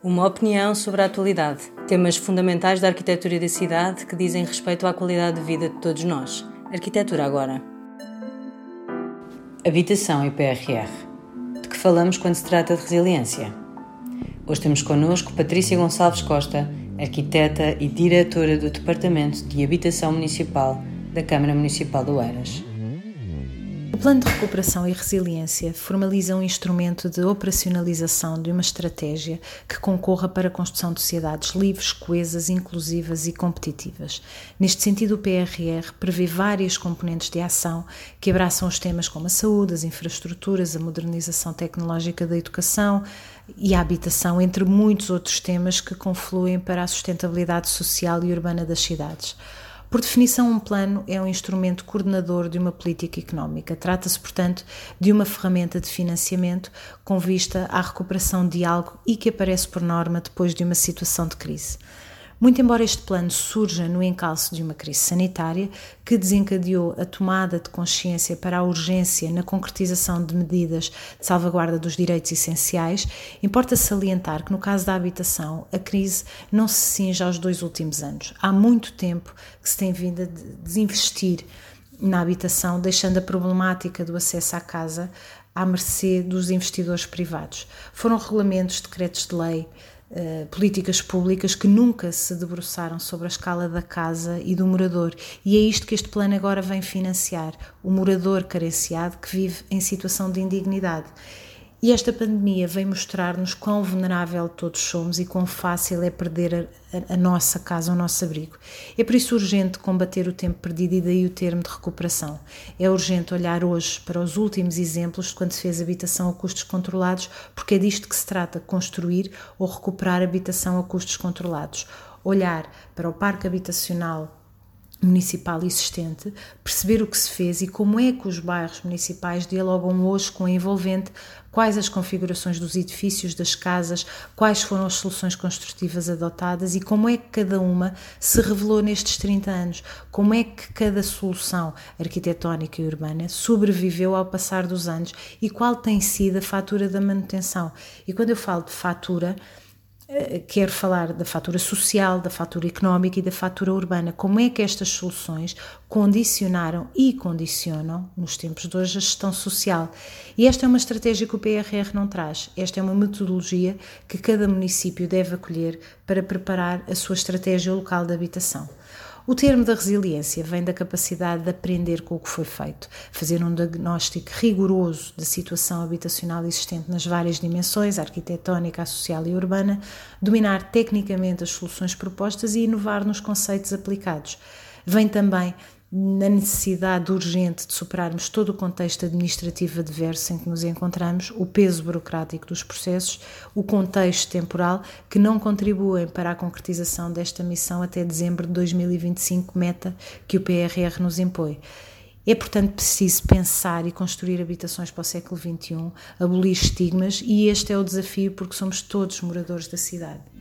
Uma opinião sobre a atualidade. Temas fundamentais da arquitetura e da cidade que dizem respeito à qualidade de vida de todos nós. Arquitetura agora. Habitação e PRR. De que falamos quando se trata de resiliência? Hoje temos connosco Patrícia Gonçalves Costa, arquiteta e diretora do Departamento de Habitação Municipal da Câmara Municipal de Oeiras. O Plano de Recuperação e Resiliência formaliza um instrumento de operacionalização de uma estratégia que concorra para a construção de sociedades livres, coesas, inclusivas e competitivas. Neste sentido, o PRR prevê várias componentes de ação que abraçam os temas como a saúde, as infraestruturas, a modernização tecnológica da educação e a habitação, entre muitos outros temas que confluem para a sustentabilidade social e urbana das cidades. Por definição, um plano é um instrumento coordenador de uma política económica. Trata-se, portanto, de uma ferramenta de financiamento com vista à recuperação de algo e que aparece por norma depois de uma situação de crise. Muito embora este plano surja no encalço de uma crise sanitária que desencadeou a tomada de consciência para a urgência na concretização de medidas de salvaguarda dos direitos essenciais, importa salientar que no caso da habitação a crise não se cinge aos 2 últimos anos. Há muito tempo que se tem vindo a desinvestir na habitação, deixando a problemática do acesso à casa à mercê dos investidores privados. Foram regulamentos, decretos de lei, políticas públicas que nunca se debruçaram sobre a escala da casa e do morador, e é isto que este plano agora vem financiar, o morador carenciado que vive em situação de indignidade. E esta pandemia vem mostrar-nos quão vulnerável todos somos e quão fácil é perder a nossa casa, o nosso abrigo. É por isso urgente combater o tempo perdido e daí o termo de recuperação. É urgente olhar hoje para os últimos exemplos de quando se fez habitação a custos controlados, porque é disto que se trata, construir ou recuperar habitação a custos controlados. Olhar para o parque habitacional municipal existente, perceber o que se fez e como é que os bairros municipais dialogam hoje com a envolvente, quais as configurações dos edifícios, das casas, quais foram as soluções construtivas adotadas e como é que cada uma se revelou nestes 30 anos, como é que cada solução arquitetónica e urbana sobreviveu ao passar dos anos e qual tem sido a fatura da manutenção. E quando eu falo de fatura, quero falar da fatura social, da fatura económica e da fatura urbana. Como é que estas soluções condicionaram e condicionam, nos tempos de hoje, a gestão social? E esta é uma estratégia que o PRR não traz. Esta é uma metodologia que cada município deve acolher para preparar a sua estratégia local de habitação. O termo da resiliência vem da capacidade de aprender com o que foi feito, fazer um diagnóstico rigoroso da situação habitacional existente nas várias dimensões, a arquitetónica, a social e a urbana, dominar tecnicamente as soluções propostas e inovar nos conceitos aplicados. Vem também na necessidade urgente de superarmos todo o contexto administrativo adverso em que nos encontramos, o peso burocrático dos processos, o contexto temporal que não contribuem para a concretização desta missão até dezembro de 2025, meta que o PRR nos impõe. É, portanto, preciso pensar e construir habitações para o século XXI, abolir estigmas, e este é o desafio porque somos todos moradores da cidade.